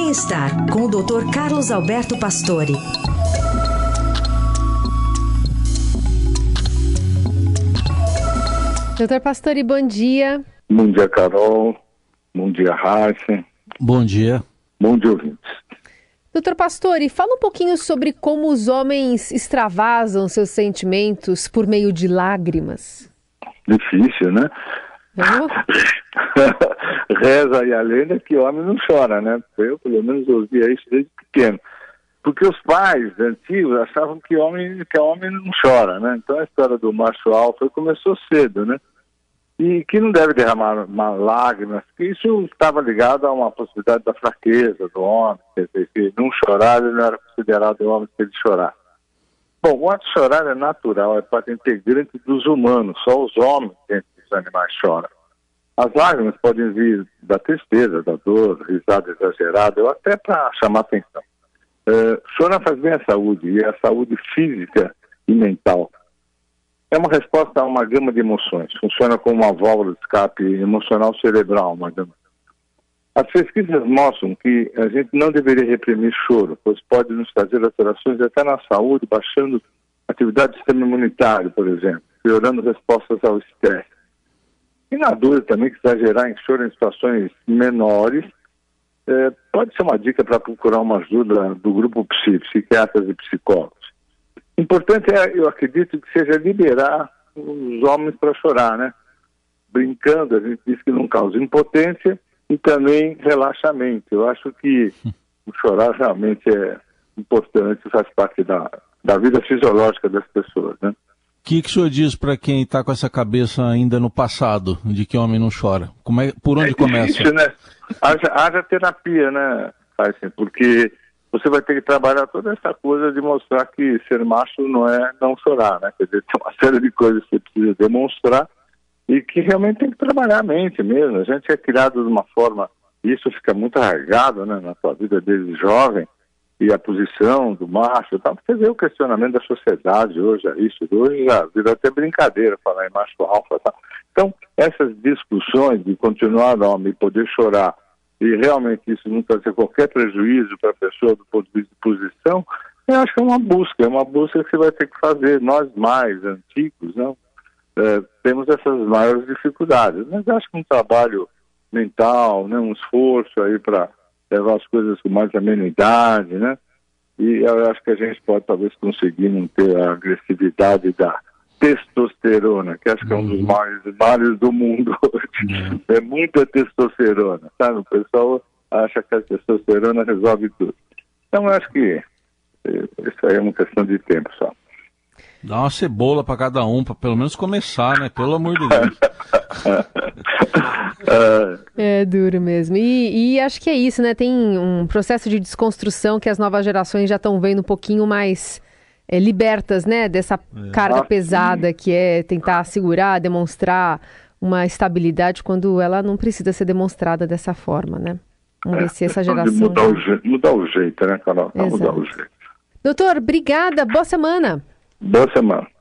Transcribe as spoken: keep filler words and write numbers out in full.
Bem-estar, com o doutor Carlos Alberto Pastore. doutor Pastore, bom dia. Bom dia, Carol. Bom dia, Raíssa. Bom dia. Bom dia, ouvintes. doutor Pastore, fala um pouquinho sobre como os homens extravasam seus sentimentos por meio de lágrimas. Difícil, né? Reza aí a lenda que homem não chora, né? Eu, pelo menos, ouvia isso desde pequeno. Porque os pais antigos achavam que homem, que homem não chora, né? Então a história do macho alfa começou cedo, né? E que não deve derramar uma lágrimas, que isso estava ligado a uma possibilidade da fraqueza do homem, quer dizer, que não chorar ele não era considerado homem se ele chorar. Bom, o ato de chorar é natural, é parte integrante dos humanos, só os homens entre os animais choram. As lágrimas podem vir da tristeza, da dor, risada exagerada, ou até para chamar atenção. Uh, chorar faz bem à saúde, e à saúde física e mental. É uma resposta a uma gama de emoções. Funciona como uma válvula de escape emocional cerebral. Uma gama. As pesquisas mostram que a gente não deveria reprimir choro, pois pode nos trazer alterações até na saúde, baixando a atividade do sistema imunitário, por exemplo, piorando respostas ao estresse. E na dúvida também que exagerar em choro em situações menores é, pode ser uma dica para procurar uma ajuda do grupo psi, psiquiatras e psicólogos. Importante é, eu acredito, que seja liberar os homens para chorar, né? Brincando, a gente diz que não causa impotência e também relaxamento. Eu acho que o chorar realmente é importante, faz parte da, da vida fisiológica das pessoas, né? O que, que o senhor diz para quem está com essa cabeça ainda no passado, de que homem não chora? Como é, por onde é começa? Difícil, né? Haja, haja terapia, né? Assim, porque você vai ter que trabalhar toda essa coisa de mostrar que ser macho não é não chorar, né? Quer dizer, tem uma série de coisas que você precisa demonstrar e que realmente tem que trabalhar a mente mesmo. A gente é criado de uma forma, isso fica muito arraigado, né, na sua vida desde jovem, e a posição do macho e tal. Você vê o questionamento da sociedade hoje, é isso, hoje já virou até brincadeira falar em macho alfa e tal. Então, essas discussões de continuar homem e poder chorar, e realmente isso não trazer qualquer prejuízo para a pessoa do ponto de vista de posição, eu acho que é uma busca, é uma busca que você vai ter que fazer. Nós mais antigos, não, é, temos essas maiores dificuldades, mas acho que um trabalho mental, né, um esforço aí para levar as coisas com mais amenidade, né, e eu acho que a gente pode talvez conseguir não ter a agressividade da testosterona, que acho que é um dos maiores males do mundo hoje. É. é muita testosterona, sabe? O pessoal acha que a testosterona resolve tudo. Então, eu acho que isso aí é uma questão de tempo só. Dá uma cebola para cada um, para pelo menos começar, né? Pelo amor de Deus. É duro mesmo. E, e acho que é isso, né? Tem um processo de desconstrução que as novas gerações já estão vendo um pouquinho mais É, libertas, né, dessa é. carga pesada que é tentar segurar, demonstrar uma estabilidade quando ela não precisa ser demonstrada dessa forma, né? Vamos é, ver se essa geração... Mudar, já... o jeito, mudar o jeito, né, Carol? Mudar o jeito. Doutor, obrigada. Boa semana. Boa semana.